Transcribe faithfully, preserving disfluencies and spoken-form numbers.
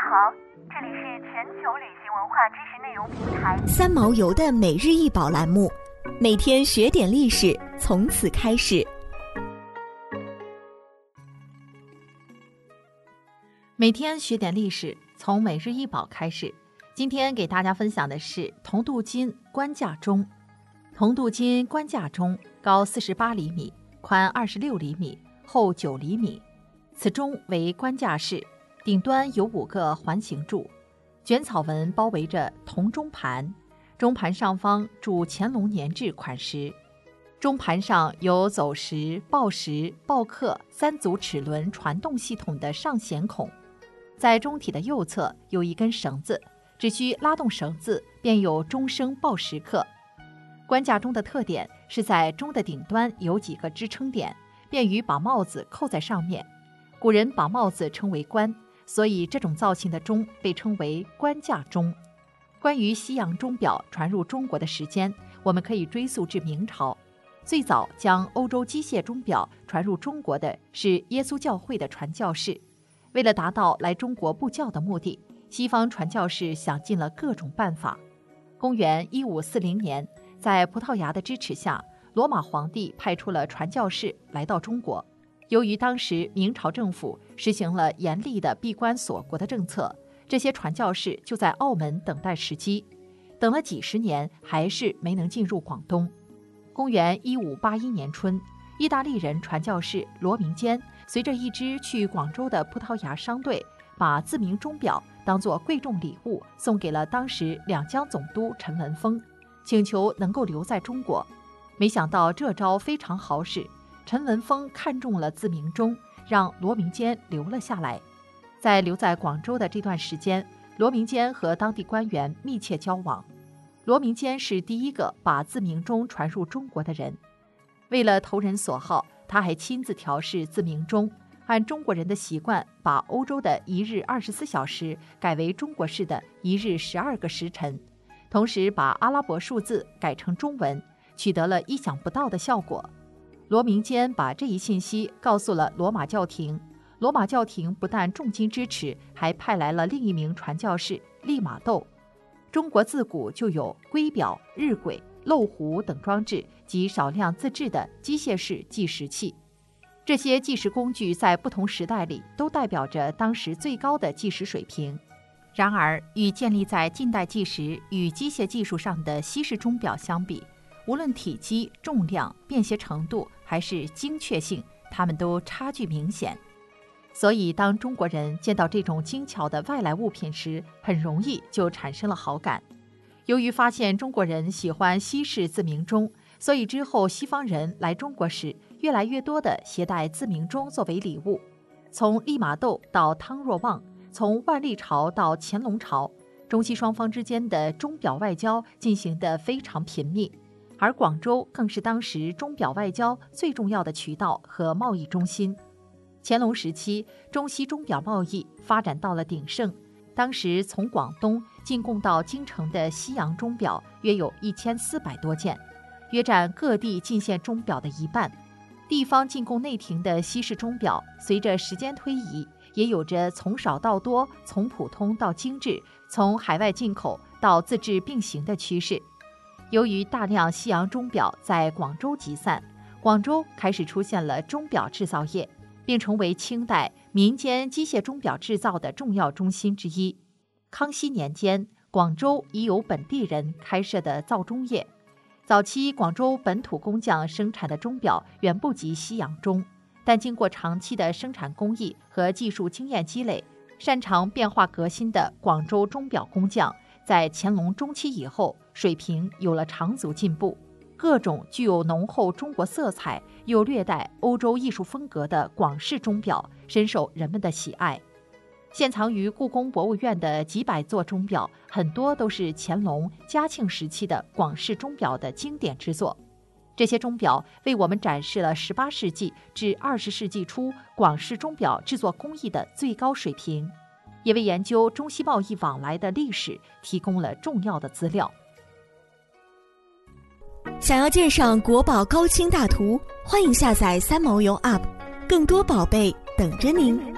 好，这里是全球旅行文化知识内容平台三毛游的每日一宝栏目，每天学点历史，从此开始。 每天学点历史，从每日一宝开始。今天给大家分享的是铜镀金官架钟。铜镀金官架钟高四十八厘米，宽二十六厘米，厚九厘米。此钟为官架式，顶端有五个环形柱，卷草纹包围着铜钟盘，钟盘上方铸乾隆年制款石。钟盘上有走时、报时、报刻三组齿轮传动系统的上弦孔，在钟体的右侧有一根绳子，只需拉动绳子便有钟声报时刻。官架钟的特点是在钟的顶端有几个支撑点，便于把帽子扣在上面。古人把帽子称为冠，所以这种造型的钟被称为官架钟。关于西洋钟表传入中国的时间，我们可以追溯至明朝。最早将欧洲机械钟表传入中国的是耶稣教会的传教士。为了达到来中国布教的目的，西方传教士想尽了各种办法。公元一五四零年，在葡萄牙的支持下，罗马皇帝派出了传教士来到中国。由于当时明朝政府实行了严厉的闭关锁国的政策，这些传教士就在澳门等待时机，等了几十年还是没能进入广东。公元一五八一年春，意大利人传教士罗明坚随着一支去广州的葡萄牙商队，把自鸣钟表当作贵重礼物送给了当时两江总督陈文峰，请求能够留在中国。没想到这招非常好使，陈文峰看中了自鸣钟，让罗明坚留了下来。在留在广州的这段时间，罗明坚和当地官员密切交往。罗明坚是第一个把自鸣钟传入中国的人。为了投人所好，他还亲自调试自鸣钟，按中国人的习惯，把欧洲的一日二十四小时改为中国式的一日十二个时辰，同时把阿拉伯数字改成中文，取得了意想不到的效果。罗明坚把这一信息告诉了罗马教廷，罗马教廷不但重金支持，还派来了另一名传教士利玛窦。中国自古就有龟表、日晷、漏壶等装置及少量自制的机械式计时器，这些计时工具在不同时代里都代表着当时最高的计时水平。然而，与建立在近代计时与机械技术上的西式钟表相比，无论体积、重量、便携程度还是精确性，它们都差距明显。所以当中国人见到这种精巧的外来物品时，很容易就产生了好感。由于发现中国人喜欢西式自鸣钟，所以之后西方人来中国时，越来越多地携带自鸣钟作为礼物。从利玛窦到汤若望，从万历朝到乾隆朝，中西双方之间的钟表外交进行得非常频密，而广州更是当时钟表外交最重要的渠道和贸易中心。乾隆时期，中西钟表贸易发展到了鼎盛，当时从广东进贡到京城的西洋钟表约有一千四百多件，约占各地进献钟表的一半。地方进贡内廷的西式钟表，随着时间推移，也有着从少到多、从普通到精致、从海外进口到自制并行的趋势。由于大量西洋钟表在广州集散，广州开始出现了钟表制造业，并成为清代民间机械钟表制造的重要中心之一。康熙年间，广州已有本地人开设的造钟业。早期广州本土工匠生产的钟表远不及西洋钟，但经过长期的生产工艺和技术经验积累，擅长变化革新的广州钟表工匠在乾隆中期以后，水平有了长足进步。各种具有浓厚中国色彩又略带欧洲艺术风格的广式钟表深受人们的喜爱。现藏于故宫博物院的几百座钟表，很多都是乾隆、嘉庆时期的广式钟表的经典之作。这些钟表为我们展示了十八世纪至二十世纪初广式钟表制作工艺的最高水平，也为研究中西贸易往来的历史提供了重要的资料。 想要鉴赏国宝高清大图，欢迎下载三毛游 App， 更多宝贝等着您。